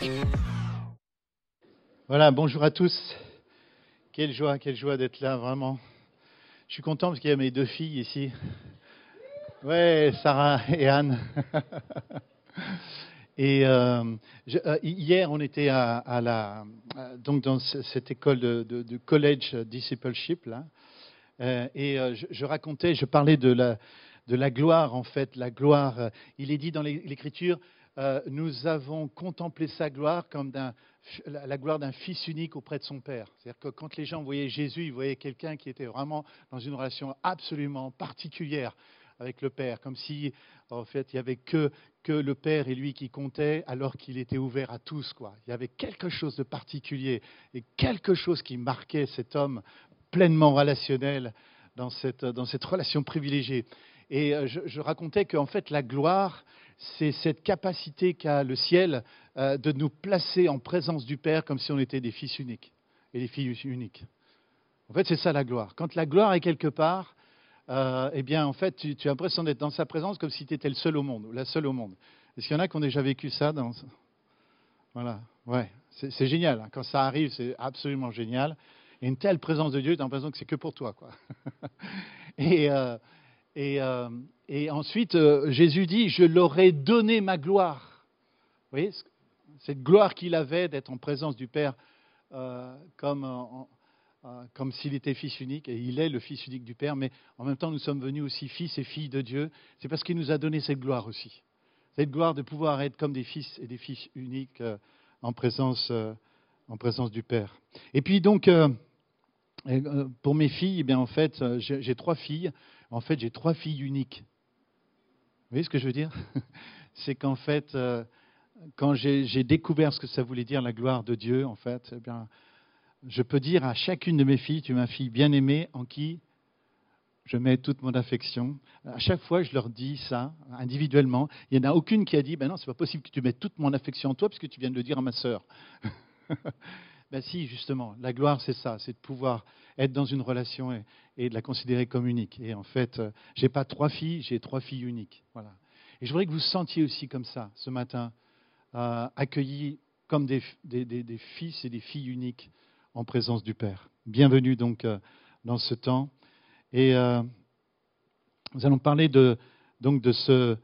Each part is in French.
Voilà, bonjour à tous. Quelle joie d'être là, vraiment. Je suis content parce qu'il y a mes deux filles ici. Ouais, Sarah et Anne. Et hier, on était donc dans cette école de college discipleship là. Je racontais, je parlais de la gloire en fait, la gloire. Il est dit dans l'Écriture, nous avons contemplé sa gloire comme la gloire d'un fils unique auprès de son Père. C'est-à-dire que quand les gens voyaient Jésus, ils voyaient quelqu'un qui était vraiment dans une relation absolument particulière avec le Père, comme si en fait il y avait que le Père et lui qui comptaient, alors qu'il était ouvert à tous, quoi. Il y avait quelque chose de particulier et quelque chose qui marquait cet homme pleinement relationnel dans cette relation privilégiée. Et je racontais qu'en fait la gloire, c'est cette capacité qu'a le ciel de nous placer en présence du Père comme si on était des fils uniques et des filles uniques. En fait, c'est ça la gloire. Quand la gloire est quelque part, eh bien, en fait, tu as l'impression d'être dans sa présence comme si tu étais le seul au monde, ou la seule au monde. Est-ce qu'il y en a qui ont déjà vécu ça Voilà, ouais, c'est génial. Hein. Quand ça arrive, c'est absolument génial. Et une telle présence de Dieu, tu as l'impression que c'est que pour toi, quoi. et, euh, et ensuite, Jésus dit, je leur ai donné ma gloire. Vous voyez, cette gloire qu'il avait d'être en présence du Père comme s'il était fils unique, et il est le fils unique du Père, mais en même temps, nous sommes venus aussi fils et filles de Dieu. C'est parce qu'il nous a donné cette gloire aussi. Cette gloire de pouvoir être comme des fils et des filles uniques en présence du Père. Et puis donc, pour mes filles, eh bien, en fait, j'ai trois filles. En fait, j'ai trois filles uniques. Vous voyez ce que je veux dire? C'est qu'en fait, quand j'ai découvert ce que ça voulait dire la gloire de Dieu, en fait, eh bien, je peux dire à chacune de mes filles, tu es ma fille bien-aimée en qui je mets toute mon affection. À chaque fois, je leur dis ça individuellement. Il n'y en a aucune qui a dit, ben non, c'est pas possible que tu mettes toute mon affection en toi, puisque tu viens de le dire à ma sœur. Ben si, justement, la gloire, c'est ça, c'est de pouvoir être dans une relation et de la considérer comme unique. Et en fait, j'ai pas trois filles, j'ai trois filles uniques. Voilà. Et je voudrais que vous sentiez aussi comme ça, ce matin, accueillis comme des fils et des filles uniques en présence du Père. Bienvenue donc dans ce temps. Et nous allons parler donc de ce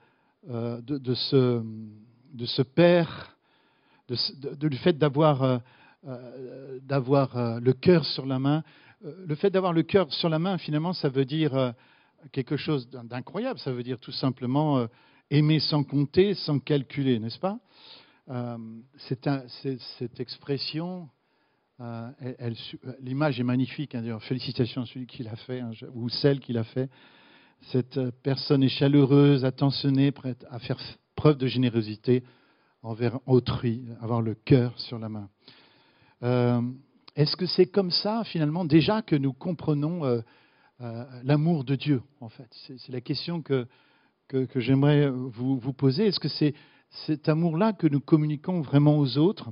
Père, du fait d'avoir le cœur sur la main. Le fait d'avoir le cœur sur la main, finalement, ça veut dire quelque chose d'incroyable. Ça veut dire tout simplement aimer sans compter, sans calculer, n'est-ce pas? Cette expression, l'image est magnifique. Hein, d'ailleurs, félicitations à celui qui l'a fait, hein, ou celle qui l'a fait. Cette personne est chaleureuse, attentionnée, prête à faire preuve de générosité envers autrui, avoir le cœur sur la main. Est-ce que c'est comme ça, finalement, déjà que nous comprenons l'amour de Dieu, en fait? C'est la question que j'aimerais vous poser. Est-ce que c'est cet amour-là que nous communiquons vraiment aux autres?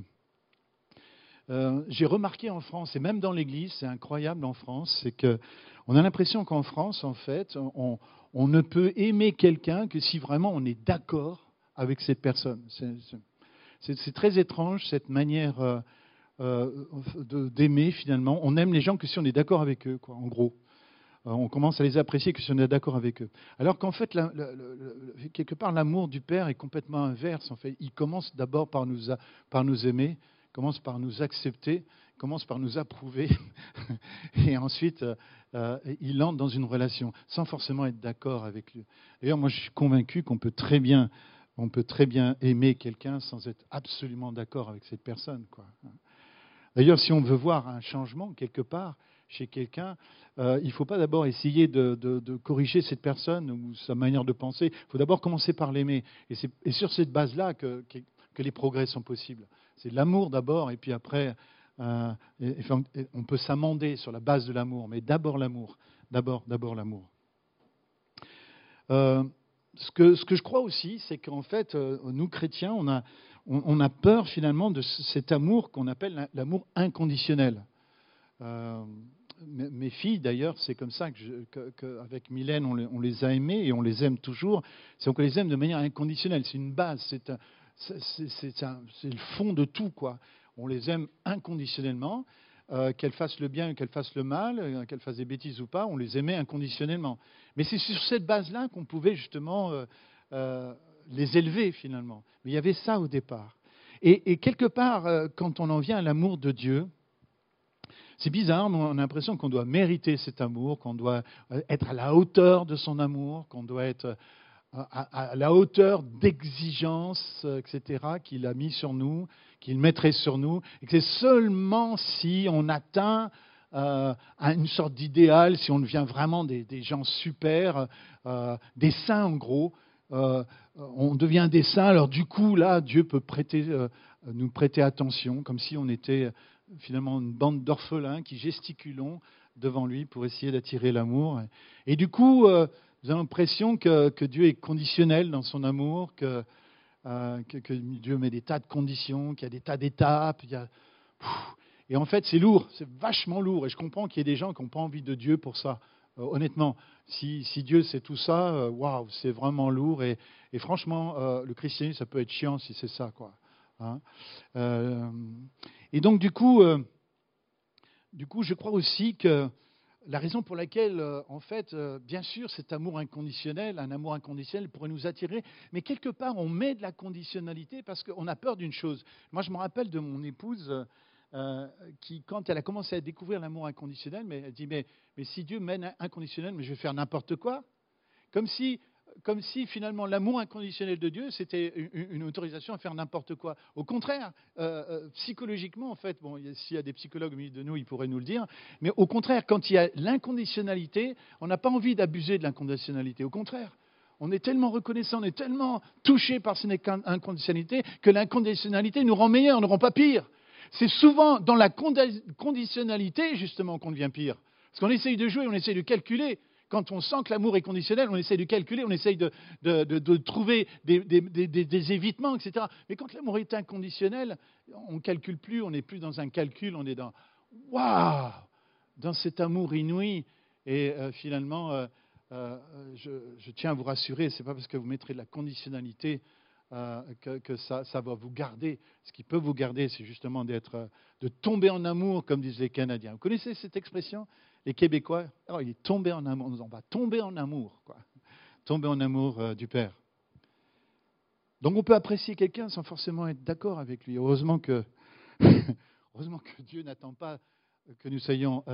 J'ai remarqué en France, et même dans l'Église, c'est incroyable en France, c'est qu'on a l'impression qu'en France, en fait, on ne peut aimer quelqu'un que si vraiment on est d'accord avec cette personne. C'est très étrange, cette manière d'aimer, finalement. On aime les gens que si on est d'accord avec eux, quoi, en gros. On commence à les apprécier que si on est d'accord avec eux. Alors qu'en fait, quelque part, l'amour du Père est complètement inverse. En fait, il commence d'abord par nous aimer, commence par nous accepter, commence par nous approuver, et ensuite, il entre dans une relation, sans forcément être d'accord avec lui. D'ailleurs, moi, je suis convaincu qu'on peut très bien aimer quelqu'un sans être absolument d'accord avec cette personne, quoi. D'ailleurs, si on veut voir un changement quelque part chez quelqu'un, il ne faut pas d'abord essayer de corriger cette personne ou sa manière de penser. Il faut d'abord commencer par l'aimer. Et c'est sur cette base-là que les progrès sont possibles. C'est l'amour d'abord, et puis après, on peut s'amender sur la base de l'amour. Mais d'abord l'amour. D'abord l'amour. Ce que je crois aussi, c'est qu'en fait, nous chrétiens, on a peur finalement de cet amour qu'on appelle l'amour inconditionnel. Mes filles, d'ailleurs, c'est comme ça qu'avec Mylène, on les a aimées et on les aime toujours. C'est qu'on les aime de manière inconditionnelle. C'est une base, c'est le fond de tout, quoi. On les aime inconditionnellement, qu'elles fassent le bien ou qu'elles fassent le mal, qu'elles fassent des bêtises ou pas, on les aimait inconditionnellement. Mais c'est sur cette base-là qu'on pouvait justement les élever finalement. Mais il y avait ça au départ. Et quelque part, quand on en vient à l'amour de Dieu, c'est bizarre, mais on a l'impression qu'on doit mériter cet amour, qu'on doit être à la hauteur de son amour, qu'on doit être à la hauteur d'exigence, etc., qu'il a mis sur nous, qu'il mettrait sur nous, et que c'est seulement si on atteint une sorte d'idéal, si on devient vraiment des gens super, des saints en gros, on devient des saints, alors du coup, là, Dieu peut nous prêter attention, comme si on était finalement une bande d'orphelins qui gesticulons devant lui pour essayer d'attirer l'amour. Et du coup, nous avons l'impression que Dieu est conditionnel dans son amour, que Dieu met des tas de conditions, qu'il y a des tas d'étapes. Et en fait, c'est lourd, c'est vachement lourd. Et je comprends qu'il y ait des gens qui n'ont pas envie de Dieu pour ça. Honnêtement, si Dieu c'est tout ça, waouh, c'est vraiment lourd. Et franchement, le christianisme, ça peut être chiant si c'est ça, quoi. Hein. Et donc, du coup, je crois aussi que la raison pour laquelle, en fait, bien sûr, cet amour inconditionnel, un amour inconditionnel pourrait nous attirer, mais quelque part, on met de la conditionnalité parce qu'on a peur d'une chose. Moi, je me rappelle de mon épouse qui, quand elle a commencé à découvrir l'amour inconditionnel, mais elle dit, mais si Dieu m'aime inconditionnel, mais je vais faire n'importe quoi. Comme si finalement l'amour inconditionnel de Dieu, c'était une autorisation à faire n'importe quoi. Au contraire, psychologiquement, en fait, bon, s'il y a des psychologues au milieu de nous, ils pourraient nous le dire, mais au contraire, quand il y a l'inconditionnalité, on n'a pas envie d'abuser de l'inconditionnalité. Au contraire, on est tellement reconnaissant, on est tellement touché par cette inconditionnalité que l'inconditionnalité nous rend meilleurs, ne rend pas pire. C'est souvent dans la conditionnalité, justement, qu'on devient pire. Parce qu'on essaye de jouer, on essaye de calculer. Quand on sent que l'amour est conditionnel, on essaye de calculer, on essaye de trouver des évitements, etc. Mais quand l'amour est inconditionnel, on ne calcule plus, on n'est plus dans un calcul, on est dans waouh, dans cet amour inouï. Et finalement, je tiens à vous rassurer, ce n'est pas parce que vous mettrez de la conditionnalité que ça va vous garder. Ce qui peut vous garder, c'est justement de tomber en amour, comme disent les Canadiens. Vous connaissez cette expression ? Les Québécois, oh, il est tombé en amour. On va tomber en amour, quoi. Tomber en amour du Père. Donc on peut apprécier quelqu'un sans forcément être d'accord avec lui. Heureusement que Dieu n'attend pas que nous soyons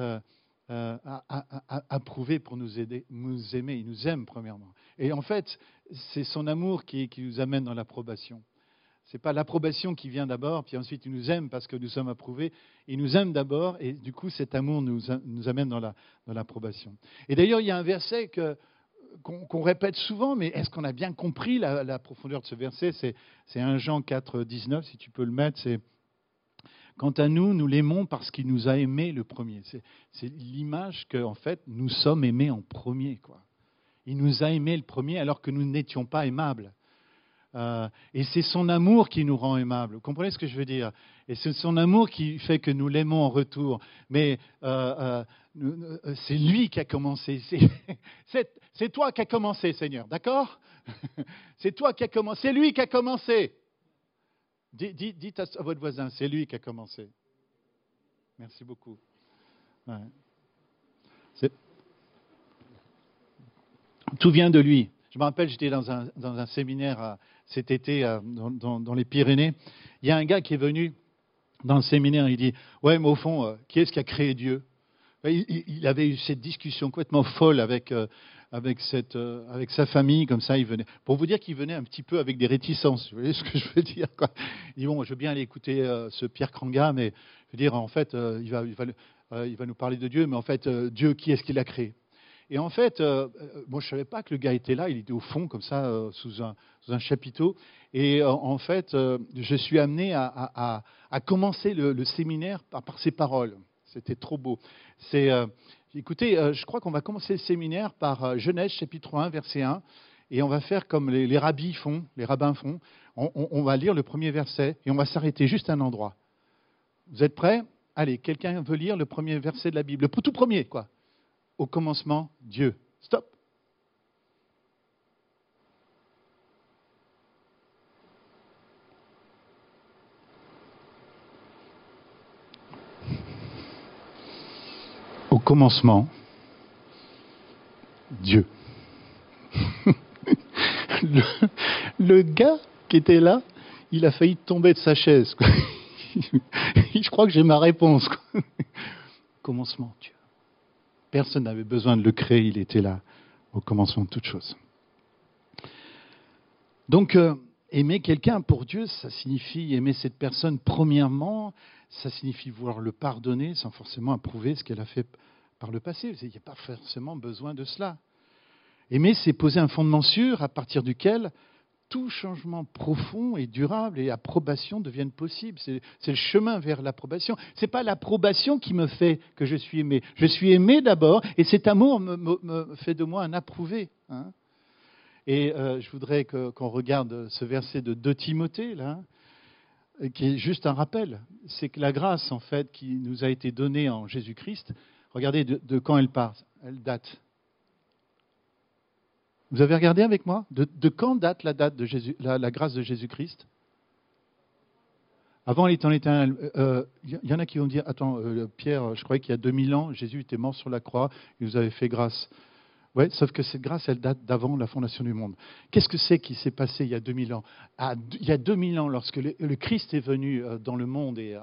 approuvés pour nous aimer. Il nous aime premièrement. Et en fait, c'est son amour qui nous amène dans l'approbation. Ce n'est pas l'approbation qui vient d'abord, puis ensuite il nous aime parce que nous sommes approuvés. Il nous aime d'abord, et du coup cet amour nous amène dans l'approbation. Et d'ailleurs, il y a un verset qu'on répète souvent, mais est-ce qu'on a bien compris la profondeur de ce verset ? C'est 1 Jean 4, 19, si tu peux le mettre. C'est « Quant à nous, nous l'aimons parce qu'il nous a aimés le premier ». C'est l'image qu'en fait, nous sommes aimés en premier, quoi. Il nous a aimés le premier alors que nous n'étions pas aimables. Et c'est son amour qui nous rend aimables. Vous comprenez ce que je veux dire ? Et c'est son amour qui fait que nous l'aimons en retour. Mais c'est lui qui a commencé. C'est toi qui as commencé, Seigneur. D'accord ? C'est toi qui as commencé. C'est lui qui a commencé. Dites à votre voisin, c'est lui qui a commencé. Merci beaucoup. Ouais. Tout vient de lui. Je me rappelle, j'étais dans un séminaire cet été dans les Pyrénées. Il y a un gars qui est venu dans le séminaire, il dit « Ouais, mais au fond, qui est-ce qui a créé Dieu ?» Il avait eu cette discussion complètement folle avec sa famille, comme ça, il venait. Pour vous dire qu'il venait un petit peu avec des réticences, vous voyez ce que je veux dire, quoi. Il dit « Bon, je veux bien aller écouter ce Pierre Kranga, mais je veux dire, en fait, il va nous parler de Dieu, mais en fait, Dieu, qui est-ce qui l'a créé ?» Et en fait, moi je ne savais pas que le gars était là, il était au fond, comme ça, sous un chapiteau. Et en fait, je suis amené à commencer le séminaire par ces paroles. C'était trop beau. Écoutez, je crois qu'on va commencer le séminaire par Genèse, chapitre 1, verset 1. Et on va faire comme les rabbins font. On va lire le premier verset et on va s'arrêter juste à un endroit. Vous êtes prêts ? Allez, quelqu'un veut lire le premier verset de la Bible, le tout premier, quoi. Au commencement, Dieu. Stop. commencement, Dieu. le gars qui était là, il a failli tomber de sa chaise. Quoi. Je crois que j'ai ma réponse. Quoi. Commencement, Dieu. Personne n'avait besoin de le créer, il était là au commencement de toute chose. Donc, aimer quelqu'un pour Dieu, ça signifie aimer cette personne premièrement, ça signifie vouloir le pardonner sans forcément approuver ce qu'elle a fait par le passé. Il n'y a pas forcément besoin de cela. Aimer, c'est poser un fondement sûr à partir duquel tout changement profond et durable et approbation deviennent possibles. C'est le chemin vers l'approbation. Ce n'est pas l'approbation qui me fait que je suis aimé. Je suis aimé d'abord et cet amour me fait de moi un approuvé. Hein. Et je voudrais qu'on regarde ce verset de 2 Timothée, là, qui est juste un rappel. C'est que la grâce, en fait, qui nous a été donnée en Jésus-Christ, regardez de quand elle part. Elle date. Vous avez regardé avec moi de quand date la date de Jésus, la grâce de Jésus-Christ? Avant les temps éternels. Y en a qui vont dire, attends, Pierre, je croyais qu'il y a 2000 ans, Jésus était mort sur la croix, il nous avait fait grâce. Oui, sauf que cette grâce, elle date d'avant la fondation du monde. Qu'est-ce que c'est qui s'est passé il y a 2000 ans? Il y a 2000 ans, lorsque le Christ est venu dans le monde et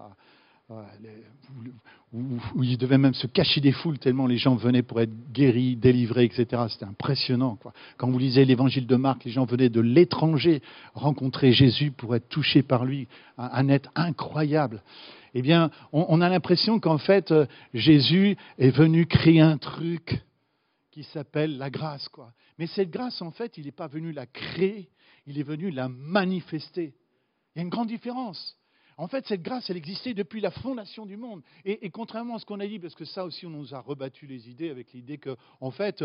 où il devait même se cacher des foules tellement les gens venaient pour être guéris, délivrés, etc. C'était impressionnant, quoi. Quand vous lisez l'évangile de Marc, les gens venaient de l'étranger rencontrer Jésus pour être touchés par lui, un être incroyable. Eh bien, on a l'impression qu'en fait, Jésus est venu créer un truc qui s'appelle la grâce, quoi. Mais cette grâce, en fait, il n'est pas venu la créer, il est venu la manifester. Il y a une grande différence. En fait, cette grâce, elle existait depuis la fondation du monde. Et contrairement à ce qu'on a dit, parce que ça aussi, on nous a rebattu les idées avec l'idée qu'en fait,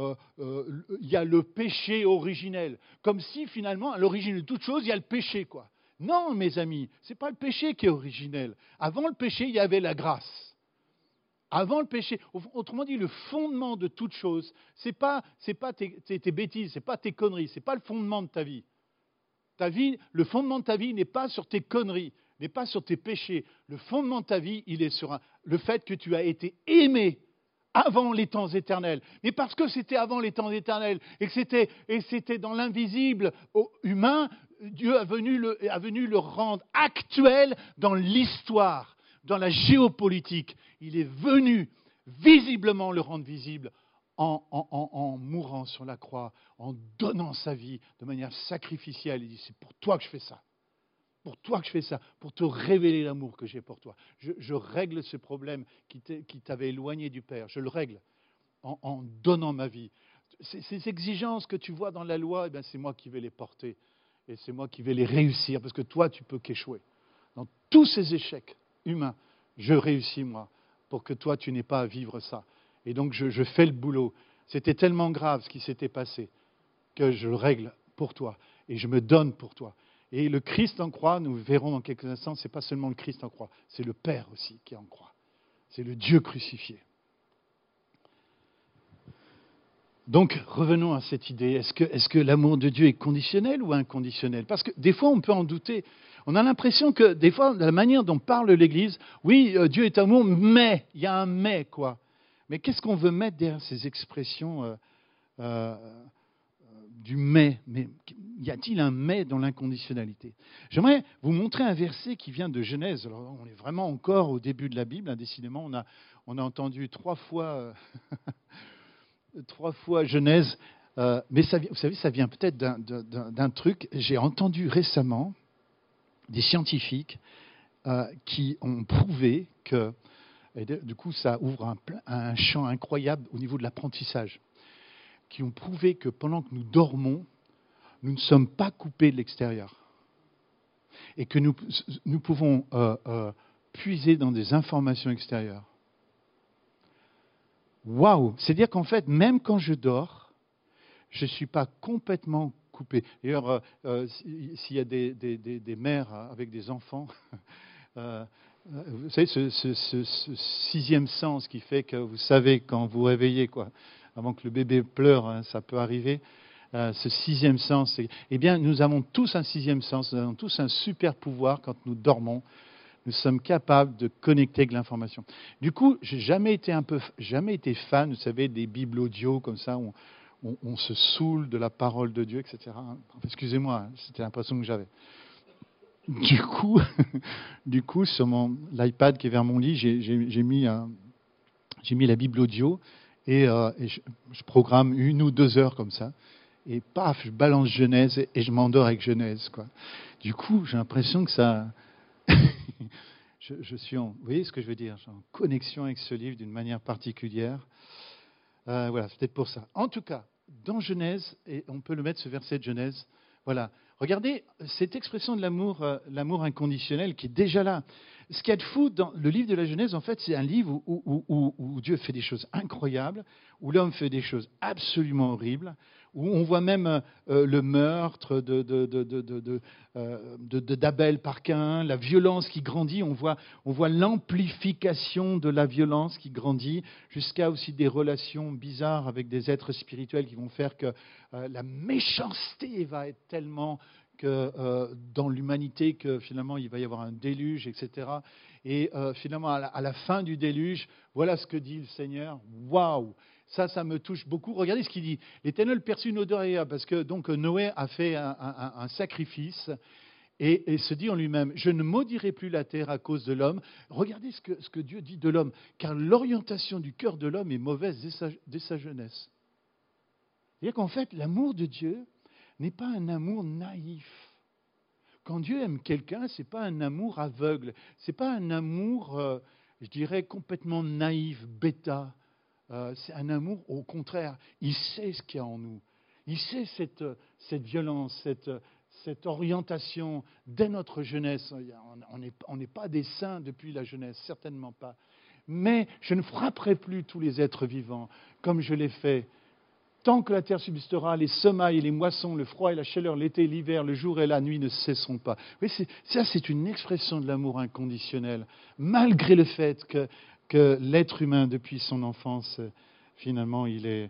il y a le péché originel. Comme si, finalement, à l'origine de toute chose, il y a le péché, quoi. Non, mes amis, ce n'est pas le péché qui est originel. Avant le péché, il y avait la grâce. Avant le péché, autrement dit, le fondement de toute chose, ce n'est pas tes bêtises, ce n'est pas tes conneries, ce n'est pas le fondement de ta vie. Ta vie, le fondement de ta vie n'est pas sur tes conneries, n'est pas sur tes péchés. Le fondement de ta vie, il est sur le fait que tu as été aimé avant les temps éternels. Mais parce que c'était avant les temps éternels et que c'était dans l'invisible humain, Dieu a venu le rendre actuel dans l'histoire, dans la géopolitique. Il est venu visiblement le rendre visible en mourant sur la croix, en donnant sa vie de manière sacrificielle. Il dit, c'est pour toi que je fais ça. Pour toi que je fais ça, pour te révéler l'amour que j'ai pour toi. Je règle ce problème qui t'avait éloigné du Père. Je le règle en donnant ma vie. Ces exigences que tu vois dans la loi, eh bien, c'est moi qui vais les porter. Et c'est moi qui vais les réussir, parce que toi, tu peux qu'échouer. Dans tous ces échecs humains, je réussis, moi, pour que toi, tu n'aies pas à vivre ça. Et donc, je fais le boulot. C'était tellement grave ce qui s'était passé que je le règle pour toi. Et je me donne pour toi. Et le Christ en croix, nous verrons dans quelques instants, ce n'est pas seulement le Christ en croix, c'est le Père aussi qui est en croix. C'est le Dieu crucifié. Donc, revenons à cette idée. Est-ce que l'amour de Dieu est conditionnel ou inconditionnel? Parce que des fois, on peut en douter. On a l'impression que, des fois, de la manière dont parle l'Église, oui, Dieu est amour, mais, il y a un mais, quoi. Mais qu'est-ce qu'on veut mettre derrière ces expressions du mais y a-t-il un mais dans l'inconditionnalité? J'aimerais vous montrer un verset qui vient de Genèse. Alors, on est vraiment encore au début de la Bible, hein, décidément. On a entendu 3 fois... 3 fois Genèse, mais ça, vous savez, ça vient peut-être d'un truc. J'ai entendu récemment des scientifiques qui ont prouvé que, et du coup ça ouvre un champ incroyable au niveau de l'apprentissage, qui ont prouvé que pendant que nous dormons, nous ne sommes pas coupés de l'extérieur. Et que nous pouvons puiser dans des informations extérieures. Waouh! C'est-à-dire qu'en fait, même quand je dors, je ne suis pas complètement coupé. D'ailleurs, s'il y a des mères avec des enfants, vous savez, ce 6e sens qui fait que vous savez quand vous réveillez, quoi, avant que le bébé pleure, hein, ça peut arriver. Ce 6e sens, eh bien, nous avons tous un 6e sens, nous avons tous un super pouvoir quand nous dormons, nous sommes capables de connecter avec l'information. Du coup, j'ai jamais été fan, vous savez, des bibles audio comme ça, où on se saoule de la parole de Dieu, etc. Enfin, excusez-moi, c'était l'impression que j'avais. Du coup, sur l'iPad qui est vers mon lit, j'ai mis la Bible audio et je programme 1 ou 2 heures comme ça. Et paf, je balance Genèse et je m'endors avec Genèse, quoi. Du coup, j'ai l'impression que ça... je suis vous voyez ce que je veux dire? Je suis en connexion avec ce livre d'une manière particulière. Voilà, c'est peut-être pour ça. En tout cas, dans Genèse, et on peut le mettre, ce verset de Genèse, voilà. Regardez cette expression de l'amour inconditionnel qui est déjà là. Ce qu'il y a de fou dans le livre de la Genèse, en fait, c'est un livre où Dieu fait des choses incroyables, où l'homme fait des choses absolument horribles, où on voit même le meurtre d'Abel par Caïn, la violence qui grandit, on voit l'amplification de la violence qui grandit, jusqu'à aussi des relations bizarres avec des êtres spirituels qui vont faire que la méchanceté va être tellement dans l'humanité que finalement il va y avoir un déluge, etc. Et finalement, à la fin du déluge, voilà ce que dit le Seigneur. Waouh! Ça me touche beaucoup. Regardez ce qu'il dit. L'Éternel perçut une odeur agréable, parce que donc Noé a fait un sacrifice et se dit en lui-même, je ne maudirai plus la terre à cause de l'homme. Regardez ce que Dieu dit de l'homme, car l'orientation du cœur de l'homme est mauvaise dès sa jeunesse. C'est-à-dire qu'en fait, l'amour de Dieu n'est pas un amour naïf. Quand Dieu aime quelqu'un, ce n'est pas un amour aveugle, ce n'est pas un amour, je dirais, complètement naïf, bêta. C'est un amour, au contraire, il sait ce qu'il y a en nous. Il sait cette violence, cette orientation dès notre jeunesse. On n'est pas des saints depuis la jeunesse, certainement pas. Mais je ne frapperai plus tous les êtres vivants comme je l'ai fait. Tant que la terre subsistera, les semailles et les moissons, le froid et la chaleur, l'été, l'hiver, le jour et la nuit ne cesseront pas. Oui, ça, c'est une expression de l'amour inconditionnel, malgré le fait que l'être humain, depuis son enfance, finalement, il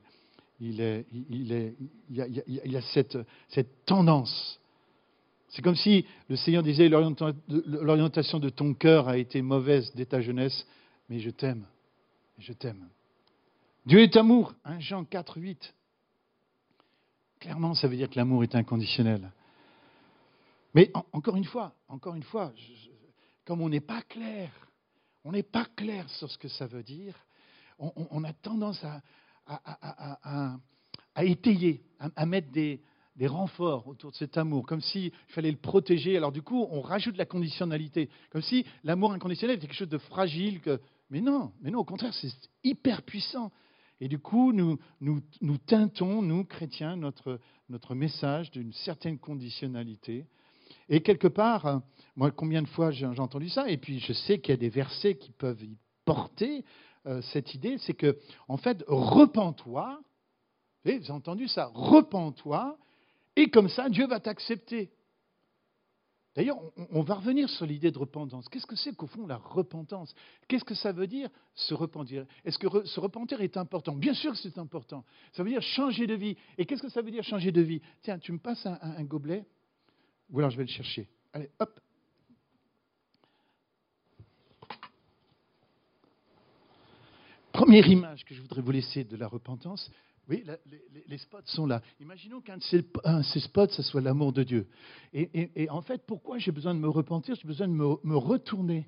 a cette tendance. C'est comme si le Seigneur disait, l'orientation de ton cœur a été mauvaise dès ta jeunesse, mais je t'aime. Je t'aime. Dieu est amour, 1 Jean 4, 8. Clairement, ça veut dire que l'amour est inconditionnel. Mais encore une fois, comme on n'est pas clair sur ce que ça veut dire, on a tendance à étayer, à mettre des renforts autour de cet amour, comme s'il fallait le protéger. Alors du coup, on rajoute la conditionnalité, comme si l'amour inconditionnel était quelque chose de fragile. Mais non, au contraire, c'est hyper puissant. Et du coup, nous teintons, nous, chrétiens, notre message d'une certaine conditionnalité. Et quelque part, moi, combien de fois j'ai entendu ça, et puis je sais qu'il y a des versets qui peuvent y porter cette idée, c'est que, en fait, repens-toi, vous avez entendu ça, repens-toi, et comme ça, Dieu va t'accepter. D'ailleurs, on va revenir sur l'idée de repentance. Qu'est-ce que c'est qu'au fond la repentance? Qu'est-ce que ça veut dire se repentir? Est-ce que se repentir est important? Bien sûr que c'est important. Ça veut dire changer de vie. Et qu'est-ce que ça veut dire changer de vie? Tiens, tu me passes un gobelet? Ou alors je vais le chercher. Allez, hop. Première image que je voudrais vous laisser de la repentance. Oui, les spots sont là. Imaginons qu'un de ces spots, ce soit l'amour de Dieu. Et en fait, pourquoi j'ai besoin de me repentir? J'ai besoin de me retourner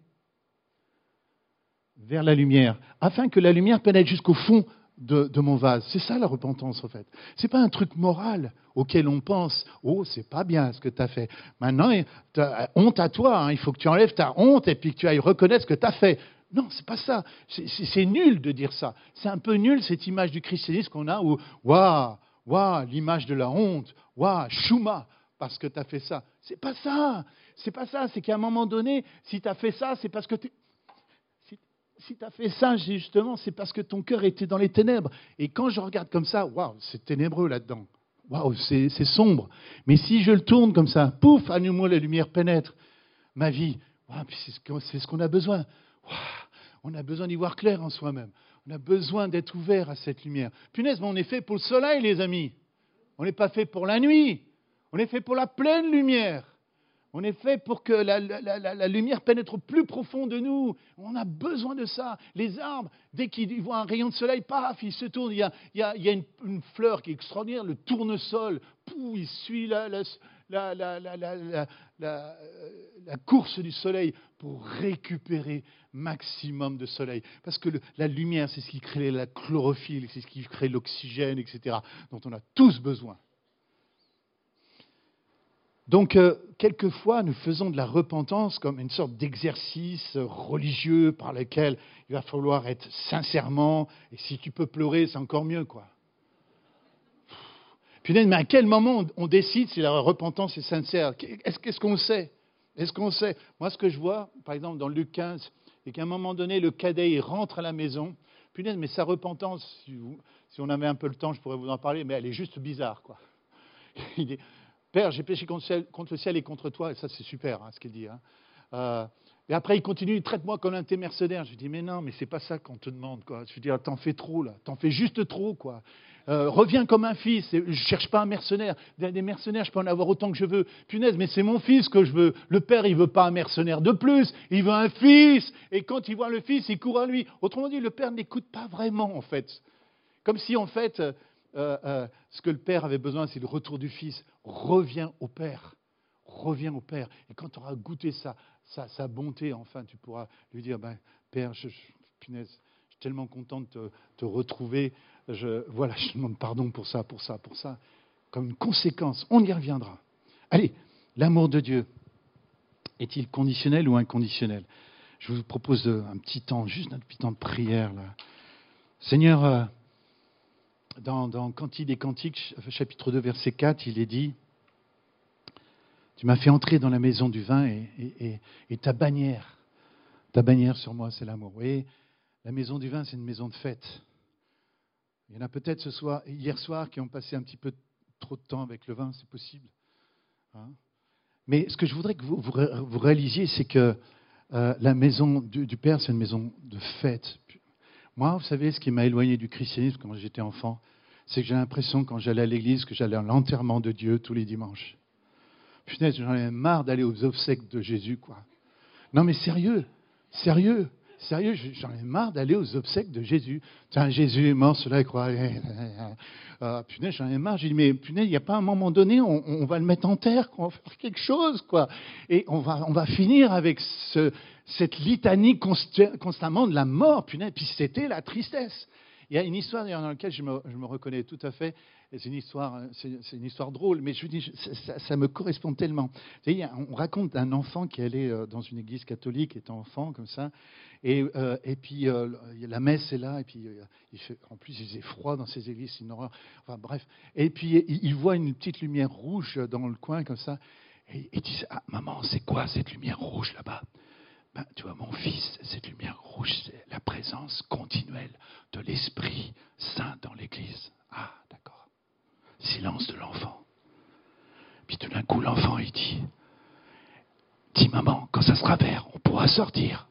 vers la lumière, afin que la lumière pénètre jusqu'au fond de mon vase. C'est ça la repentance, en fait. Ce n'est pas un truc moral auquel on pense, oh, c'est pas bien ce que tu as fait. Maintenant, honte à toi, hein, il faut que tu enlèves ta honte et puis que tu ailles reconnaître ce que tu as fait. Non, c'est pas ça. C'est nul de dire ça. C'est un peu nul cette image du christianisme qu'on a où, waouh, l'image de la honte, waouh, chouma, parce que tu as fait ça. C'est pas ça. C'est pas ça. C'est qu'à un moment donné, si tu as fait ça, c'est parce que si tu as fait ça, justement, c'est parce que ton cœur était dans les ténèbres. Et quand je regarde comme ça, waouh, c'est ténébreux là-dedans. Waouh, c'est sombre. Mais si je le tourne comme ça, pouf, à nouveau la lumière pénètre ma vie. Waouh, puis c'est ce qu'on a besoin. Waouh, on a besoin d'y voir clair en soi-même. On a besoin d'être ouvert à cette lumière. Punaise, mais on est fait pour le soleil, les amis. On n'est pas fait pour la nuit. On est fait pour la pleine lumière. On est fait pour que la lumière pénètre plus profond de nous. On a besoin de ça. Les arbres, dès qu'ils voient un rayon de soleil, paf, ils se tournent. Il y a une fleur qui est extraordinaire, le tournesol. Pouf, il suit la course du soleil pour récupérer maximum de soleil. Parce que la lumière, c'est ce qui crée la chlorophylle, c'est ce qui crée l'oxygène, etc., dont on a tous besoin. Donc, quelquefois, nous faisons de la repentance comme une sorte d'exercice religieux par lequel il va falloir être sincèrement, et si tu peux pleurer, c'est encore mieux, quoi. Punaise, mais à quel moment on décide si la repentance est sincère? Qu'est-ce qu'on sait? Est-ce qu'on sait? Moi, ce que je vois, par exemple, dans Luc 15, c'est qu'à un moment donné, le cadet, il rentre à la maison. Punaise, mais sa repentance, si on avait un peu le temps, je pourrais vous en parler, mais elle est juste bizarre, quoi. Il dit, Père, j'ai péché contre le ciel et contre toi, et ça c'est super, ce qu'il dit. Et après il continue, traite-moi comme un de tes mercenaires. Je lui dis, mais non, mais c'est pas ça qu'on te demande, quoi. Je lui dis, t'en fais trop là, t'en fais juste trop, quoi. Reviens comme un fils, je cherche pas un mercenaire. Des mercenaires, je peux en avoir autant que je veux. Punaise, mais c'est mon fils que je veux. Le père, il veut pas un mercenaire de plus, il veut un fils. Et quand il voit le fils, il court à lui. Autrement dit, le père n'écoute pas vraiment, en fait. Comme si, en fait, ce que le père avait besoin, c'est le retour du fils. Reviens au père. Reviens au père. Et quand tu auras goûté sa bonté, enfin, tu pourras lui dire, père, punaise, je suis tellement content de te retrouver. Je te demande pardon pour ça. Comme une conséquence, on y reviendra. Allez, l'amour de Dieu, est-il conditionnel ou inconditionnel? Je vous propose un petit temps, juste un petit temps de prière, là. Seigneur, dans Cantique des Cantiques, chapitre 2, verset 4, il est dit, tu m'as fait entrer dans la maison du vin et ta bannière sur moi, c'est l'amour. Vous voyez, la maison du vin, c'est une maison de fête. Il y en a peut-être hier soir, qui ont passé un petit peu trop de temps avec le vin, c'est possible. Mais ce que je voudrais que vous réalisiez, c'est que la maison du Père, c'est une maison de fête. Moi, vous savez, ce qui m'a éloigné du christianisme quand j'étais enfant, c'est que j'ai l'impression, quand j'allais à l'église, que j'allais à l'enterrement de Dieu tous les dimanches. Punaise, j'en avais marre d'aller aux obsèques de Jésus, quoi. Non, mais sérieux, j'en ai marre d'aller aux obsèques de Jésus. Tiens, Jésus est mort, cela est croix. Punaise, j'en ai marre. J'ai dit, mais punaise, il n'y a pas un moment donné, on va le mettre en terre, on va faire quelque chose, quoi. Et on va finir avec cette litanie constamment de la mort, punaise. Puis c'était la tristesse. Il y a une histoire dans laquelle je me reconnais tout à fait. Et c'est une histoire drôle, mais je dis, ça me correspond tellement. Vous savez, on raconte d'un enfant qui allait dans une église catholique, étant enfant, comme ça, et puis la messe est là, et puis en plus il faisait froid dans ces églises, c'est une horreur. Enfin bref, et puis il voit une petite lumière rouge dans le coin, comme ça, et il dit, maman, c'est quoi cette lumière rouge là-bas? Tu vois, mon fils, cette lumière rouge, c'est la présence continuelle de l'Esprit Saint dans l'Église. Ah, d'accord. Silence de l'enfant. Puis tout d'un coup, l'enfant, il dit, dis maman, quand ça sera vert, on pourra sortir.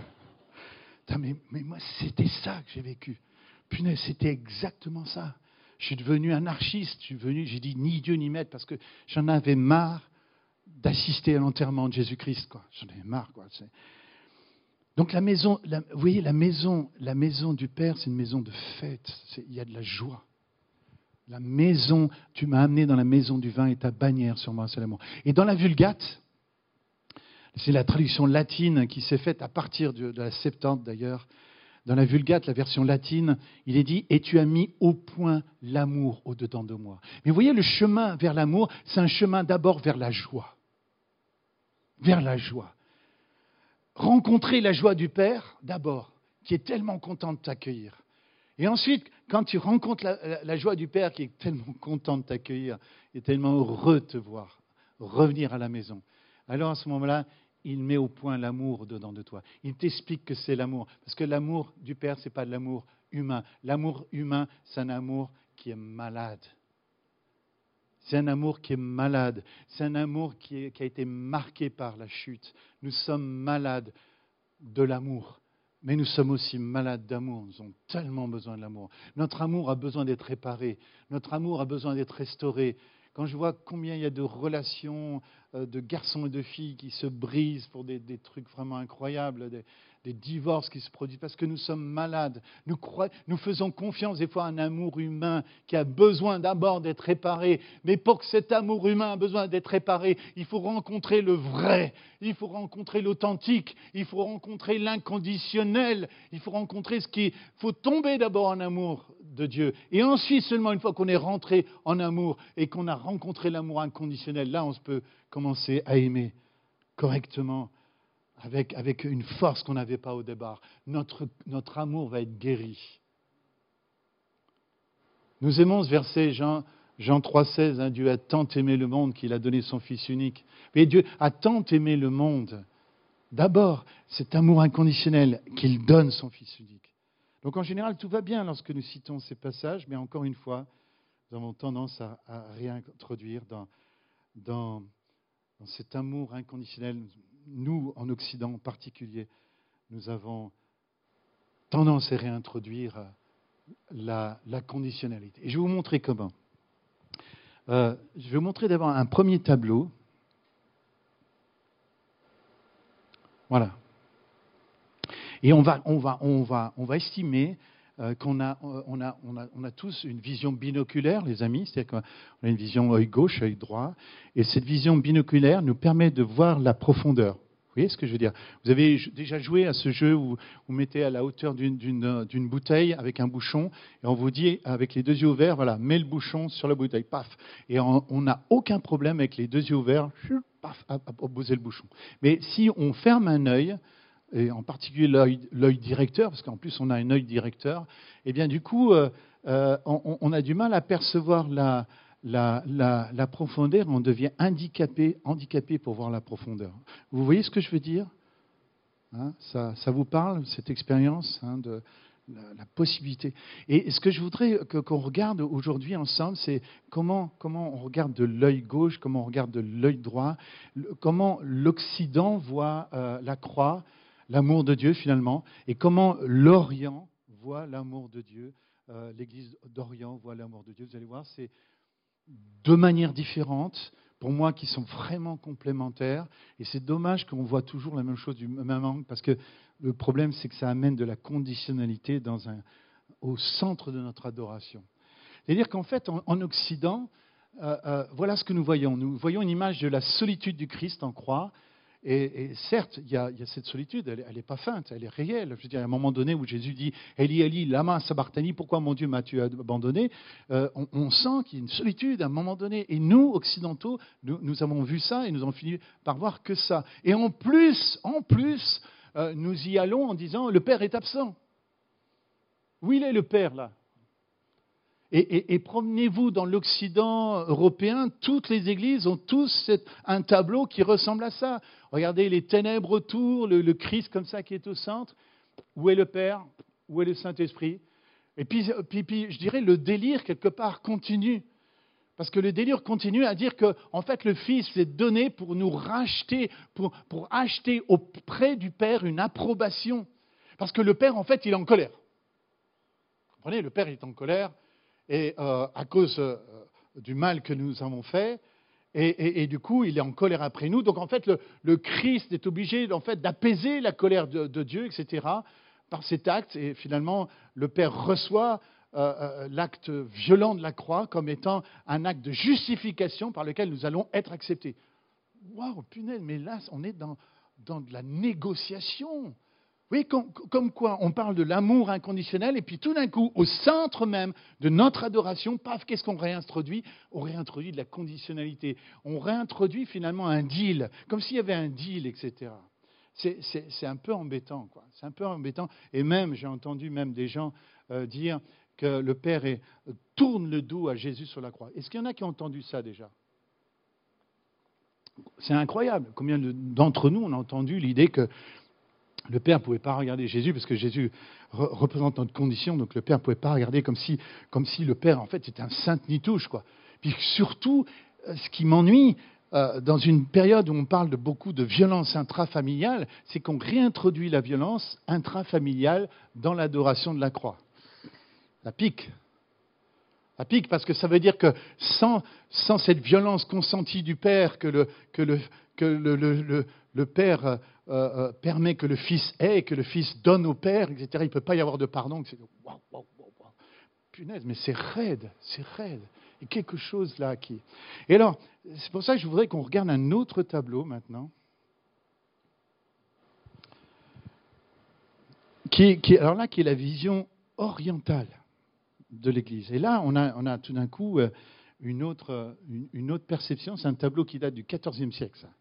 Mais moi, c'était ça que j'ai vécu. Punaise, c'était exactement ça. Je suis devenu anarchiste. J'ai dit ni Dieu ni maître, parce que j'en avais marre d'assister à l'enterrement de Jésus-Christ, quoi. J'en ai marre, quoi. Donc vous voyez, la maison du Père, c'est une maison de fête. Il y a de la joie. La maison, tu m'as amené dans la maison du vin et ta bannière sur moi, c'est l'amour. Et dans la Vulgate, c'est la traduction latine qui s'est faite à partir de la Septante d'ailleurs. Dans la Vulgate, la version latine, il est dit « Et tu as mis au point l'amour au-dedans de moi ». Mais vous voyez, le chemin vers l'amour, c'est un chemin d'abord vers la joie. Vers la joie. Rencontrer la joie du Père, d'abord, qui est tellement content de t'accueillir. Et ensuite, quand tu rencontres la joie du Père, qui est tellement content de t'accueillir, et tellement heureux de te voir, revenir à la maison, alors à ce moment-là, il met au point l'amour dedans de toi. Il t'explique que c'est l'amour. Parce que l'amour du Père, ce n'est pas de l'amour humain. L'amour humain, c'est un amour qui est malade. C'est un amour qui est malade. C'est un amour qui a été marqué par la chute. Nous sommes malades de l'amour. Mais nous sommes aussi malades d'amour. Nous avons tellement besoin de l'amour. Notre amour a besoin d'être réparé. Notre amour a besoin d'être restauré. quand je vois combien il y a de relations de garçons et de filles qui se brisent pour des trucs vraiment incroyables, des divorces qui se produisent parce que nous sommes malades. Nous faisons confiance des fois à un amour humain qui a besoin d'abord d'être réparé. Mais pour que cet amour humain a besoin d'être réparé, il faut rencontrer le vrai, il faut rencontrer l'authentique, il faut rencontrer l'inconditionnel, il faut rencontrer il faut tomber d'abord en amour de Dieu. Et ensuite, seulement une fois qu'on est rentré en amour et qu'on a rencontré l'amour inconditionnel, là on peut commencer à aimer correctement, avec une force qu'on n'avait pas au départ. Notre amour va être guéri. Nous aimons ce verset, Jean 3,16, hein, Dieu a tant aimé le monde qu'il a donné son Fils unique. Mais Dieu a tant aimé le monde, d'abord, cet amour inconditionnel qu'il donne son Fils unique. Donc en général, tout va bien lorsque nous citons ces passages, mais encore une fois, nous avons tendance à réintroduire dans cet amour inconditionnel. Nous, en Occident en particulier, nous avons tendance à réintroduire la conditionnalité. Et je vais vous montrer comment. Je vais vous montrer d'abord un premier tableau. Voilà. Et on va estimer qu'on a tous une vision binoculaire, les amis, c'est-à-dire qu'on a une vision œil gauche, œil droit, et cette vision binoculaire nous permet de voir la profondeur. Vous voyez ce que je veux dire? Vous avez déjà joué à ce jeu où vous mettez à la hauteur d'une bouteille avec un bouchon, et on vous dit, avec les deux yeux ouverts, voilà, mets le bouchon sur la bouteille, paf. Et on n'a aucun problème avec les deux yeux ouverts, paf, à poser le bouchon. Mais si on ferme un œil, et en particulier l'œil directeur, parce qu'en plus on a un œil directeur, et bien du coup, on a du mal à percevoir la profondeur, on devient handicapé pour voir la profondeur. Vous voyez ce que je veux dire, hein, ça vous parle, cette expérience, hein, de la possibilité. Et ce que je voudrais qu'on regarde aujourd'hui ensemble, c'est comment on regarde de l'œil gauche, comment on regarde de l'œil droit, comment l'Occident voit la croix, l'amour de Dieu finalement, et comment l'Orient voit l'amour de Dieu, l'Église d'Orient voit l'amour de Dieu. Vous allez voir, c'est deux manières différentes, pour moi, qui sont vraiment complémentaires, et c'est dommage qu'on voit toujours la même chose du même angle, parce que le problème, c'est que ça amène de la conditionnalité au centre de notre adoration. C'est-à-dire qu'en fait, en Occident, voilà ce que nous voyons. Nous voyons une image de la solitude du Christ en croix. Et certes, il y a cette solitude, elle n'est pas feinte, elle est réelle. Je veux dire, à un moment donné où Jésus dit « Eli, Eli, lama sabachthani, pourquoi mon Dieu m'as-tu abandonné ?» On sent qu'il y a une solitude à un moment donné. Et nous, occidentaux, nous avons vu ça et nous avons fini par voir que ça. Et en plus, nous y allons en disant « Le Père est absent ». Où il est le Père, là ? Et promenez-vous dans l'Occident européen, toutes les églises ont tous un tableau qui ressemble à ça. Regardez les ténèbres autour, le Christ comme ça qui est au centre. Où est le Père? Où est le Saint-Esprit? Et puis, je dirais, le délire, quelque part, continue. Parce que le délire continue à dire que, en fait, le Fils est donné pour nous racheter, pour acheter auprès du Père une approbation. Parce que le Père, en fait, il est en colère. Vous comprenez? Le Père est en colère. Et à cause du mal que nous avons fait, et du coup, il est en colère après nous. Donc, en fait, le Christ est obligé, en fait, d'apaiser la colère de Dieu, etc., par cet acte. Et finalement, le Père reçoit l'acte violent de la croix comme étant un acte de justification par lequel nous allons être acceptés. Waouh, punaise, mais là, on est dans de la négociation. Oui, comme quoi on parle de l'amour inconditionnel, et puis tout d'un coup, au centre même de notre adoration, paf, qu'est-ce qu'on réintroduit? On réintroduit de la conditionnalité. On réintroduit finalement un deal, comme s'il y avait un deal, etc. C'est un peu embêtant, quoi. C'est un peu embêtant. Et même, j'ai entendu même des gens dire que le Père tourne le dos à Jésus sur la croix. Est-ce qu'il y en a qui ont entendu ça déjà? C'est incroyable. Combien d'entre nous on a entendu l'idée que le Père ne pouvait pas regarder Jésus, parce que Jésus représente notre condition, donc le Père ne pouvait pas regarder comme si le Père, en fait, était un sainte-nitouche, quoi. Puis surtout, ce qui m'ennuie, dans une période où on parle de beaucoup de violence intrafamiliale, c'est qu'on réintroduit la violence intrafamiliale dans l'adoration de la croix. Ça pique. Ça pique parce que ça veut dire que sans cette violence consentie du Père, que le Père permet que le Fils ait, que le Fils donne au Père, etc., il ne peut pas y avoir de pardon. C'est waouh, waouh, waouh, waouh. Punaise, mais c'est raide, c'est raide. Il y a quelque chose là qui... Et alors, c'est pour ça que je voudrais qu'on regarde un autre tableau maintenant. Qui est la vision orientale de l'Église. Et là, on a tout d'un coup une autre perception. C'est un tableau qui date du XIVe siècle. Ça.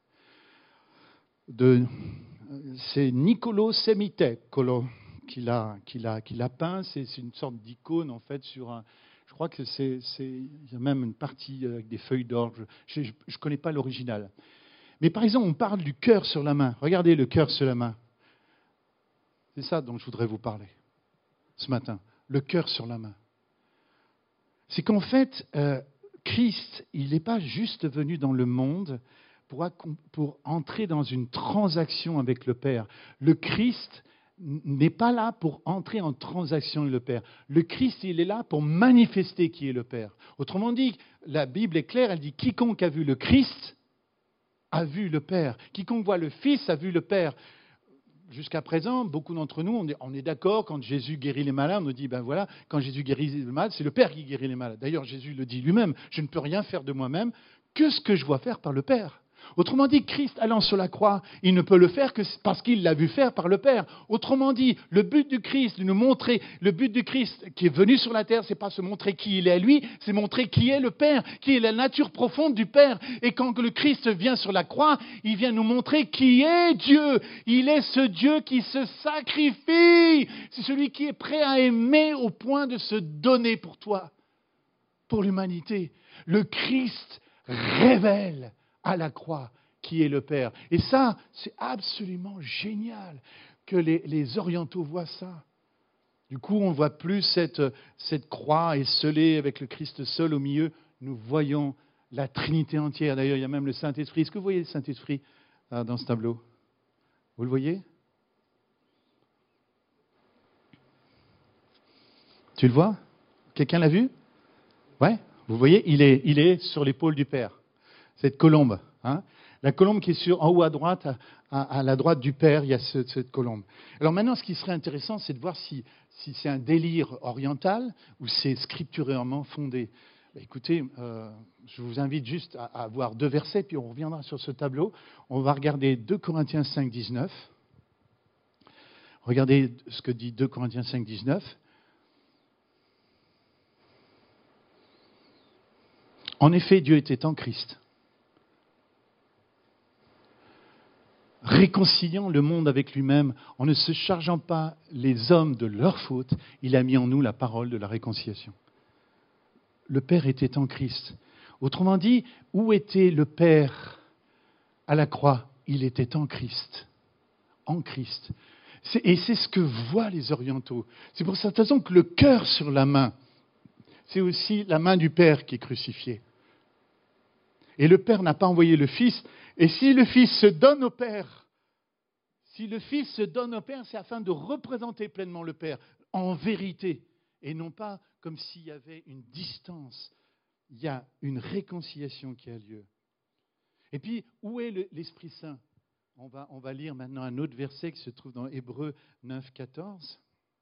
C'est Niccolò Semitecolo qui l'a peint. C'est une sorte d'icône, en fait, sur un... Je crois que il y a même une partie avec des feuilles d'or. Je ne connais pas l'original. Mais par exemple, on parle du cœur sur la main. Regardez le cœur sur la main. C'est ça dont je voudrais vous parler ce matin. Le cœur sur la main. C'est qu'en fait, Christ, il n'est pas juste venu dans le monde pour entrer dans une transaction avec le Père. Le Christ n'est pas là pour entrer en transaction avec le Père. Le Christ, il est là pour manifester qui est le Père. Autrement dit, la Bible est claire, elle dit « Quiconque a vu le Christ a vu le Père. Quiconque voit le Fils a vu le Père. » Jusqu'à présent, beaucoup d'entre nous, on est d'accord, quand Jésus guérit les malades, on nous dit, ben voilà, quand Jésus guérit les malades, c'est le Père qui guérit les malades. D'ailleurs, Jésus le dit lui-même, je ne peux rien faire de moi-même que ce que je vois faire par le Père. Autrement dit, Christ allant sur la croix, il ne peut le faire que parce qu'il l'a vu faire par le Père. Autrement dit, le but du Christ, de nous montrer, le but du Christ qui est venu sur la terre, c'est pas se montrer qui il est lui, c'est montrer qui est le Père, qui est la nature profonde du Père. Et quand le Christ vient sur la croix, il vient nous montrer qui est Dieu. Il est ce Dieu qui se sacrifie. C'est celui qui est prêt à aimer au point de se donner pour toi, pour l'humanité. Le Christ révèle à la croix qui est le Père. Et ça, c'est absolument génial que les orientaux voient ça. Du coup, on ne voit plus cette croix esselée avec le Christ seul au milieu. Nous voyons la Trinité entière. D'ailleurs, il y a même le Saint-Esprit. Est-ce que vous voyez le Saint-Esprit dans ce tableau? Vous le voyez? Tu le vois? Quelqu'un l'a vu? Ouais. Vous voyez, il est sur l'épaule du Père. Cette colombe, hein, la colombe qui est en haut à droite, à la droite du Père, il y a cette colombe. Alors maintenant, ce qui serait intéressant, c'est de voir si c'est un délire oriental ou c'est scripturairement fondé. Écoutez, je vous invite juste à voir 2 versets, puis on reviendra sur ce tableau. On va regarder 2 Corinthiens 5, 19. Regardez ce que dit 2 Corinthiens 5, 19. En effet, Dieu était en Christ, réconciliant le monde avec lui-même, en ne se chargeant pas les hommes de leurs fautes, il a mis en nous la parole de la réconciliation. Le Père était en Christ. Autrement dit, où était le Père à la croix? Il était en Christ. En Christ. Et c'est ce que voient les orientaux. C'est pour cette raison que le cœur sur la main, c'est aussi la main du Père qui est crucifiée. Et le Père n'a pas envoyé le Fils. Et si le Fils se donne au Père, c'est afin de représenter pleinement le Père en vérité, et non pas comme s'il y avait une distance. Il y a une réconciliation qui a lieu. Et puis, où est l'Esprit Saint? On va lire maintenant un autre verset qui se trouve dans Hébreux 9, 14.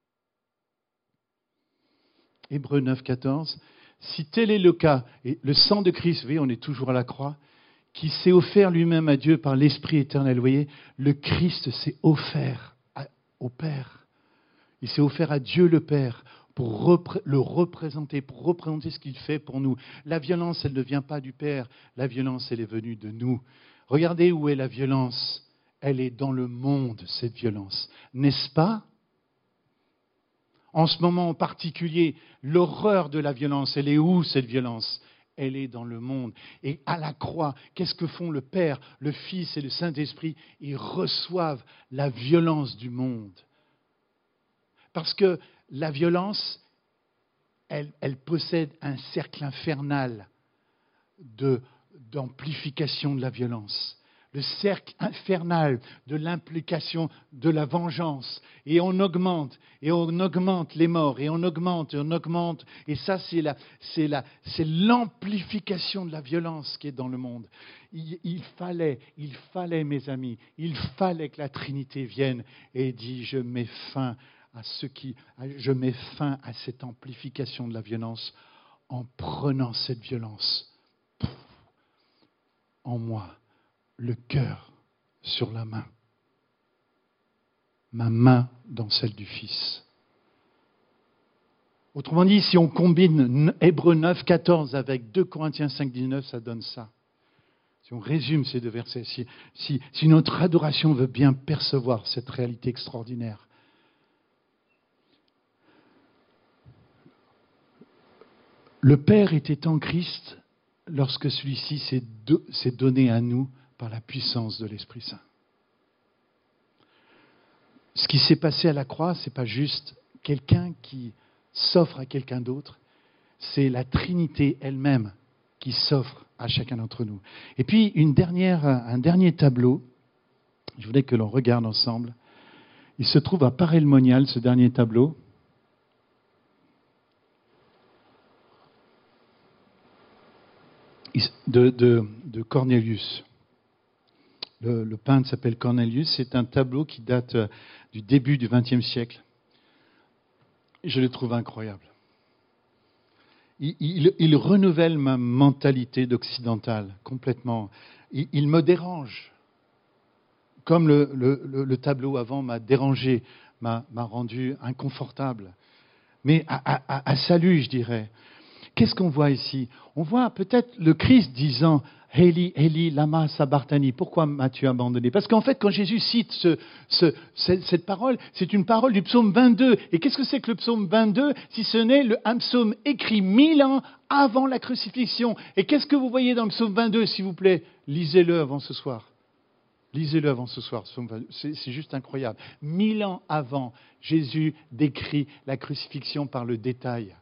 Hébreux 9, 14. Si tel est le cas, et le sang de Christ, vous voyez, on est toujours à la croix, qui s'est offert lui-même à Dieu par l'Esprit éternel, vous voyez, le Christ s'est offert au Père. Il s'est offert à Dieu le Père pour le représenter, pour représenter ce qu'il fait pour nous. La violence, elle ne vient pas du Père, la violence, elle est venue de nous. Regardez où est la violence. Elle est dans le monde, cette violence. N'est-ce pas? En ce moment en particulier, l'horreur de la violence, elle est où cette violence? Elle est dans le monde. Et à la croix, qu'est-ce que font le Père, le Fils et le Saint-Esprit? Ils reçoivent la violence du monde. Parce que la violence, elle possède un cercle infernal d'amplification de la violence. le cercle infernal de l'implication de la vengeance. Et on augmente les morts, et on augmente. Et ça, c'est l'amplification de la violence qui est dans le monde. Il fallait, mes amis, il fallait que la Trinité vienne et dise, je mets fin à cette amplification de la violence en prenant cette violence en moi, le cœur sur la main, ma main dans celle du Fils. Autrement dit, si on combine Hébreux 9, 14 avec 2 Corinthiens 5, 19, ça donne ça. Si on résume ces deux versets, si notre adoration veut bien percevoir cette réalité extraordinaire, le Père était en Christ lorsque celui-ci s'est donné à nous par la puissance de l'Esprit Saint. Ce qui s'est passé à la croix, ce n'est pas juste quelqu'un qui s'offre à quelqu'un d'autre, c'est la Trinité elle-même qui s'offre à chacun d'entre nous. Et puis, un dernier tableau, je voudrais que l'on regarde ensemble. Il se trouve à Paray-le-Monial, ce dernier tableau. De Cornelius. Le peintre s'appelle Cornelius. C'est un tableau qui date du début du XXe siècle. Je le trouve incroyable. Il renouvelle ma mentalité d'occidental complètement. Il me dérange. Comme le tableau avant m'a dérangé, m'a rendu inconfortable. Mais à salut, je dirais. Qu'est-ce qu'on voit ici? On voit peut-être le Christ disant « Eli, Eli, lama sabachthani ». Pourquoi m'as-tu abandonné? Parce qu'en fait, quand Jésus cite cette parole, c'est une parole du psaume 22. Et qu'est-ce que c'est que le psaume 22 si ce n'est un psaume écrit 1000 ans avant la crucifixion? Et qu'est-ce que vous voyez dans le psaume 22, s'il vous plaît? Lisez-le avant ce soir. Lisez-le avant ce soir. C'est juste incroyable. 1000 ans avant, Jésus décrit la crucifixion par le détail.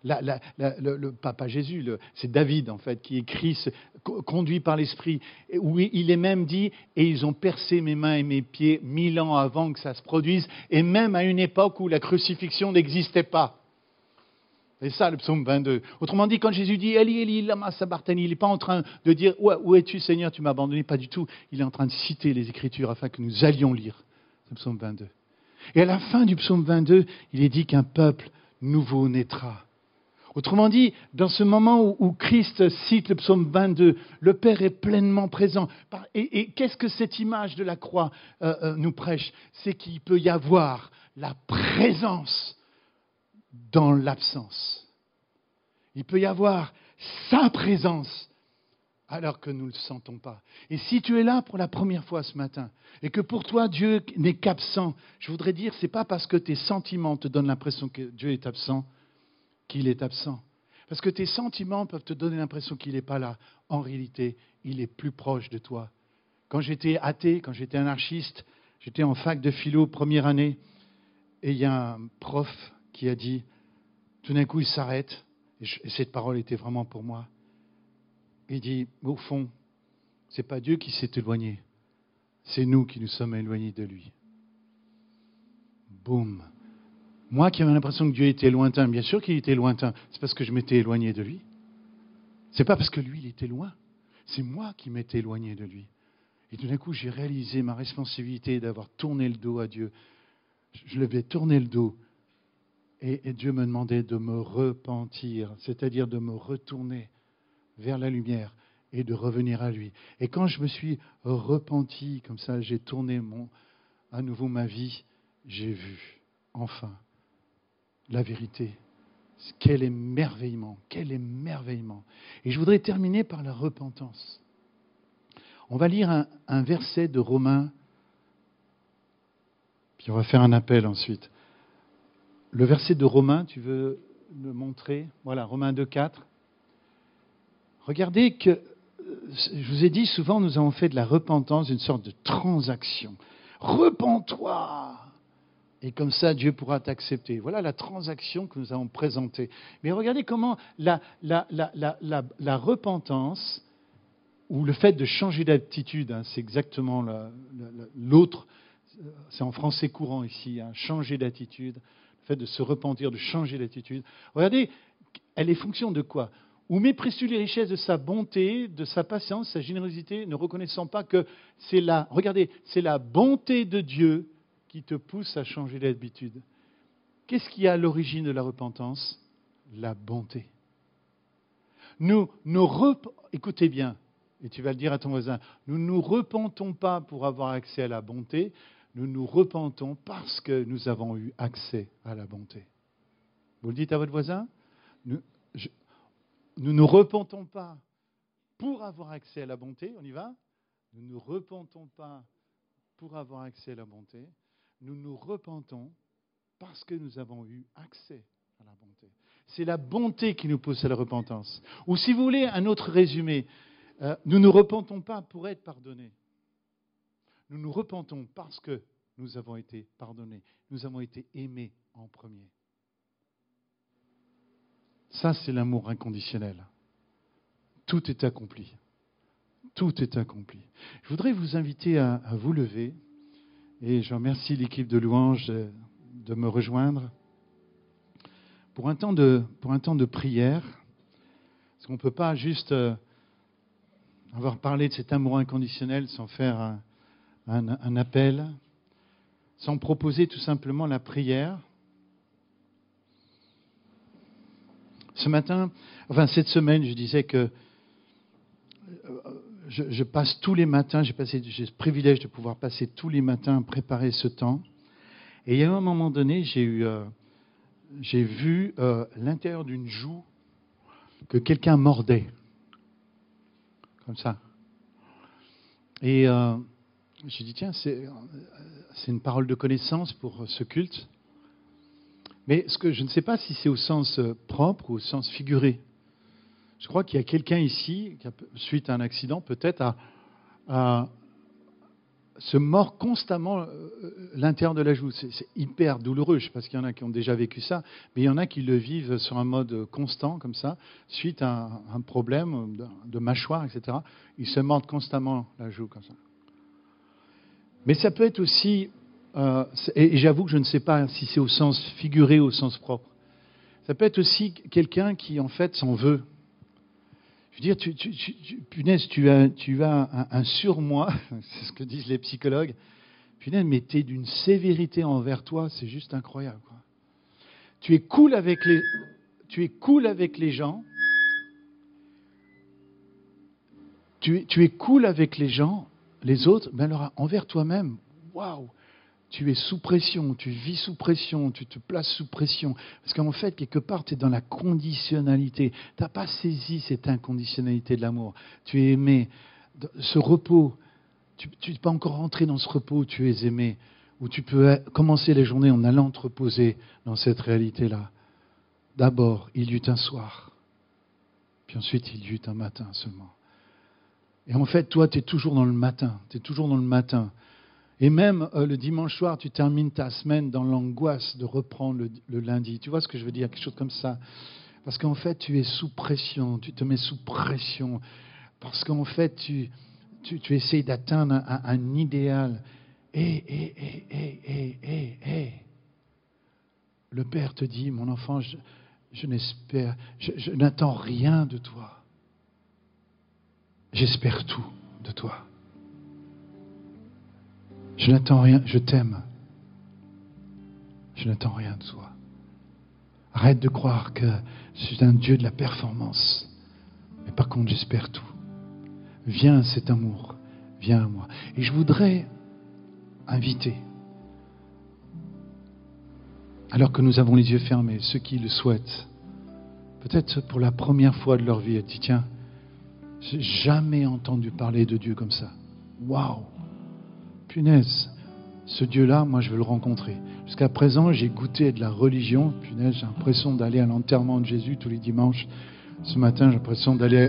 Pas Jésus, c'est David en fait qui écrit, conduit par l'Esprit, où il est même dit « et ils ont percé mes mains et mes pieds 1000 ans avant que ça se produise, et même à une époque où la crucifixion n'existait pas ». C'est ça le psaume 22. Autrement dit, quand Jésus dit « Eli, Eli, lama sabachthani », il n'est pas en train de dire « Où es-tu Seigneur, tu m'as abandonné », pas du tout. Il est en train de citer les Écritures afin que nous allions lire le psaume 22. Et à la fin du psaume 22, il est dit qu'un peuple nouveau naîtra. Autrement dit, dans ce moment où Christ cite le psaume 22, le Père est pleinement présent. Et qu'est-ce que cette image de la croix nous prêche? C'est qu'il peut y avoir la présence dans l'absence. Il peut y avoir sa présence alors que nous ne le sentons pas. Et si tu es là pour la première fois ce matin et que pour toi Dieu n'est qu'absent, je voudrais dire, ce n'est pas parce que tes sentiments te donnent l'impression que Dieu est absent qu'il est absent. Parce que tes sentiments peuvent te donner l'impression qu'il n'est pas là. En réalité, il est plus proche de toi. Quand j'étais athée, quand j'étais anarchiste, j'étais en fac de philo première année, et il y a un prof qui a dit, tout d'un coup il s'arrête, et cette parole était vraiment pour moi. Il dit, au fond, ce n'est pas Dieu qui s'est éloigné, c'est nous qui nous sommes éloignés de lui. Boum. Moi qui avais l'impression que Dieu était lointain, bien sûr qu'il était lointain, c'est parce que je m'étais éloigné de lui. C'est pas parce que lui, il était loin, c'est moi qui m'étais éloigné de lui. Et tout d'un coup, j'ai réalisé ma responsabilité d'avoir tourné le dos à Dieu. Je lui avais tourné le dos et Dieu me demandait de me repentir, c'est-à-dire de me retourner vers la lumière et de revenir à lui. Et quand je me suis repenti, comme ça, j'ai tourné à nouveau ma vie, j'ai vu, enfin, la vérité. Quel émerveillement, quel émerveillement. Et je voudrais terminer par la repentance. On va lire un verset de Romains, puis on va faire un appel ensuite. Le verset de Romains, tu veux le montrer? Voilà, Romains 2, 4. Regardez que, je vous ai dit, souvent nous avons fait de la repentance une sorte de transaction. Repens-toi! Et comme ça, Dieu pourra t'accepter. Voilà la transaction que nous avons présentée. Mais regardez comment la repentance ou le fait de changer d'attitude, hein, c'est exactement l'autre, c'est en français courant ici, hein, changer d'attitude, le fait de se repentir, de changer d'attitude. Regardez, elle est fonction de quoi? Ou méprise-tu les richesses de sa bonté, de sa patience, sa générosité, ne reconnaissant pas que c'est la bonté de Dieu qui te pousse à changer d'habitude. Qu'est-ce qui est à l'origine de la repentance? La bonté. Écoutez bien, et tu vas le dire à ton voisin, nous ne nous repentons pas pour avoir accès à la bonté, nous nous repentons parce que nous avons eu accès à la bonté. Vous le dites à votre voisin? Nous ne nous repentons pas pour avoir accès à la bonté, on y va? Nous ne nous repentons pas pour avoir accès à la bonté, nous nous repentons parce que nous avons eu accès à la bonté. C'est la bonté qui nous pousse à la repentance. Ou si vous voulez un autre résumé, nous ne nous repentons pas pour être pardonnés. Nous nous repentons parce que nous avons été pardonnés. Nous avons été aimés en premier. Ça, c'est l'amour inconditionnel. Tout est accompli. Tout est accompli. Je voudrais vous inviter à vous lever. Et je remercie l'équipe de louange de me rejoindre pour un temps de prière. Parce qu'on ne peut pas juste avoir parlé de cet amour inconditionnel sans faire un appel, sans proposer tout simplement la prière. Cette semaine, je disais que je passe tous les matins, j'ai ce privilège de pouvoir passer tous les matins à préparer ce temps. Et il y a un moment donné, j'ai vu l'intérieur d'une joue que quelqu'un mordait. Comme ça. Et j'ai dit, tiens, c'est une parole de connaissance pour ce culte. Mais je ne sais pas si c'est au sens propre ou au sens figuré. Je crois qu'il y a quelqu'un ici, qui, suite à un accident, peut-être se mord constamment l'intérieur de la joue. C'est hyper douloureux. Je ne sais pas s'il y en a qui ont déjà vécu ça, mais il y en a qui le vivent sur un mode constant, comme ça, suite à un problème de mâchoire, etc. Ils se mordent constamment la joue, comme ça. Mais ça peut être aussi, et j'avoue que je ne sais pas si c'est au sens figuré ou au sens propre, ça peut être aussi quelqu'un qui, en fait, s'en veut. Je veux dire, punaise, tu as un surmoi, c'est ce que disent les psychologues. Punaise, mais tu es d'une sévérité envers toi, c'est juste incroyable, quoi. Tu es cool avec les gens. Tu es cool avec les gens, les autres, mais alors envers toi-même, waouh! Tu es sous pression, tu vis sous pression, tu te places sous pression. Parce qu'en fait, quelque part, tu es dans la conditionnalité. Tu n'as pas saisi cette inconditionnalité de l'amour. Tu es aimé. Ce repos, tu n'es pas encore rentré dans ce repos où tu es aimé, où tu peux commencer la journée en allant te reposer dans cette réalité-là. D'abord, il y eut un soir. Puis ensuite, il y eut un matin seulement. Et en fait, toi, tu es toujours dans le matin. Tu es toujours dans le matin. Et même le dimanche soir, tu termines ta semaine dans l'angoisse de reprendre le lundi. Tu vois ce que je veux dire? Quelque chose comme ça. Parce qu'en fait, tu es sous pression. Tu te mets sous pression. Parce qu'en fait, tu essayes d'atteindre un idéal. Le Père te dit, mon enfant, je n'attends rien de toi. J'espère tout de toi. Je n'attends rien, je t'aime. Je n'attends rien de toi. Arrête de croire que je suis un Dieu de la performance. Mais par contre, j'espère tout. Viens cet amour, viens à moi. Et je voudrais inviter, alors que nous avons les yeux fermés, ceux qui le souhaitent, peut-être pour la première fois de leur vie, elle dit, tiens, j'ai jamais entendu parler de Dieu comme ça. Waouh! Punaise, ce Dieu-là, moi je veux le rencontrer. Jusqu'à présent, j'ai goûté de la religion. Punaise, j'ai l'impression d'aller à l'enterrement de Jésus tous les dimanches. Ce matin, j'ai l'impression d'aller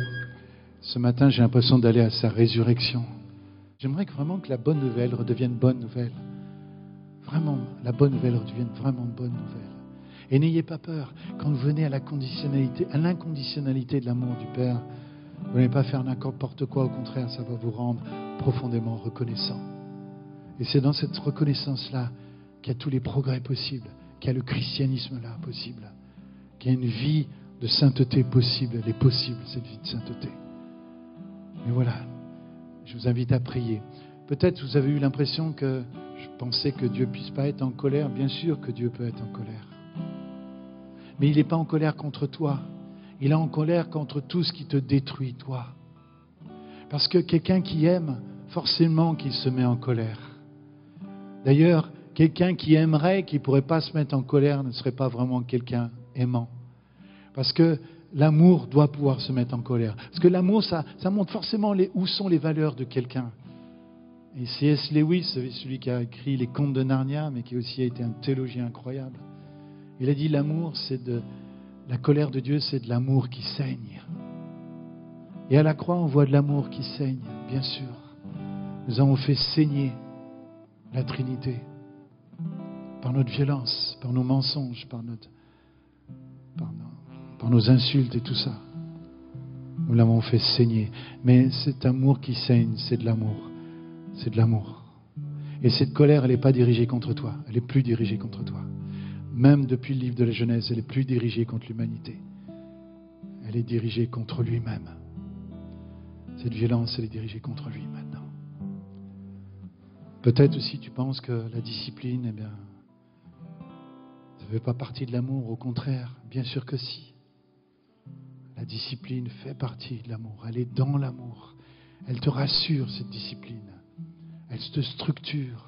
à sa résurrection. J'aimerais vraiment que la bonne nouvelle redevienne bonne nouvelle. Vraiment, la bonne nouvelle redevienne vraiment bonne nouvelle. Et n'ayez pas peur, quand vous venez à l'inconditionnalité de l'amour du Père, Vous n'allez pas faire n'importe quoi, au contraire, ça va vous rendre profondément reconnaissant. Et c'est dans cette reconnaissance-là qu'il y a tous les progrès possibles, qu'il y a le christianisme-là possible, qu'il y a une vie de sainteté possible. Elle est possible, cette vie de sainteté. Mais voilà, je vous invite à prier. Peut-être vous avez eu l'impression que je pensais que Dieu ne puisse pas être en colère. Bien sûr que Dieu peut être en colère. Mais il n'est pas en colère contre toi. Il est en colère contre tout ce qui te détruit, toi. Parce que quelqu'un qui aime, forcément qu'il se met en colère. D'ailleurs, quelqu'un qui aimerait, qui ne pourrait pas se mettre en colère, ne serait pas vraiment quelqu'un aimant. Parce que l'amour doit pouvoir se mettre en colère. Parce que l'amour, ça montre forcément où sont les valeurs de quelqu'un. Et C.S. Lewis, celui qui a écrit Les Contes de Narnia, mais qui aussi a été un théologien incroyable, il a dit l'amour, la colère de Dieu, c'est de l'amour qui saigne. Et à la croix, on voit de l'amour qui saigne, bien sûr. Nous avons fait saigner la Trinité par notre violence, par nos mensonges, par nos insultes et tout ça. Nous l'avons fait saigner. Mais cet amour qui saigne, c'est de l'amour. C'est de l'amour. Et cette colère, elle n'est pas dirigée contre toi. Elle n'est plus dirigée contre toi. Même depuis le livre de la Genèse, elle n'est plus dirigée contre l'humanité. Elle est dirigée contre lui-même. Cette violence, elle est dirigée contre lui maintenant. Peut-être aussi tu penses que la discipline, ça ne fait pas partie de l'amour. Au contraire, bien sûr que si. La discipline fait partie de l'amour. Elle est dans l'amour. Elle te rassure, cette discipline. Elle te structure.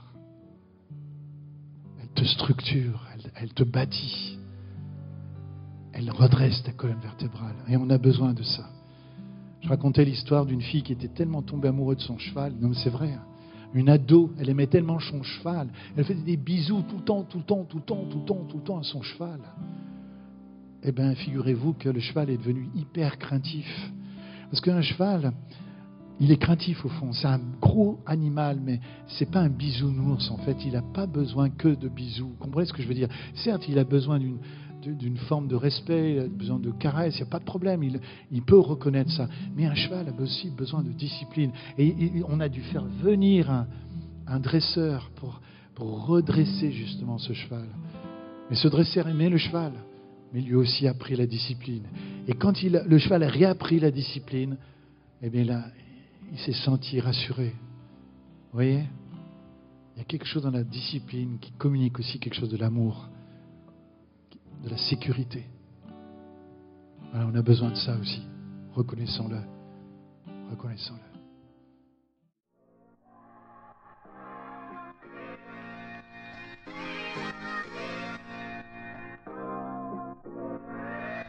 Elle te structure. Elle te bâtit. Elle redresse ta colonne vertébrale. Et on a besoin de ça. Je racontais l'histoire d'une fille qui était tellement tombée amoureuse de son cheval. Non, mais c'est vrai. Une ado, elle aimait tellement son cheval. Elle faisait des bisous tout le temps à son cheval. Eh bien, figurez-vous que le cheval est devenu hyper craintif. Parce qu'un cheval, il est craintif au fond. C'est un gros animal, mais c'est pas un bisounours en fait. Il n'a pas besoin que de bisous. Vous comprenez ce que je veux dire? Certes, il a besoin d'une forme de respect, il a besoin de caresses, il n'y a pas de problème. Il peut reconnaître ça. Mais un cheval a aussi besoin de discipline. Et on a dû faire venir un dresseur pour redresser justement ce cheval. Mais ce dresseur aimait le cheval. Mais lui aussi a pris la discipline. Et quand le cheval a réappris la discipline, eh bien là, il s'est senti rassuré. Vous voyez? Il y a quelque chose dans la discipline qui communique aussi quelque chose de l'amour, de la sécurité. Alors on a besoin de ça aussi. Reconnaissons-le. Reconnaissons-le.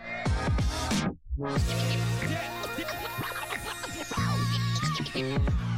Yeah.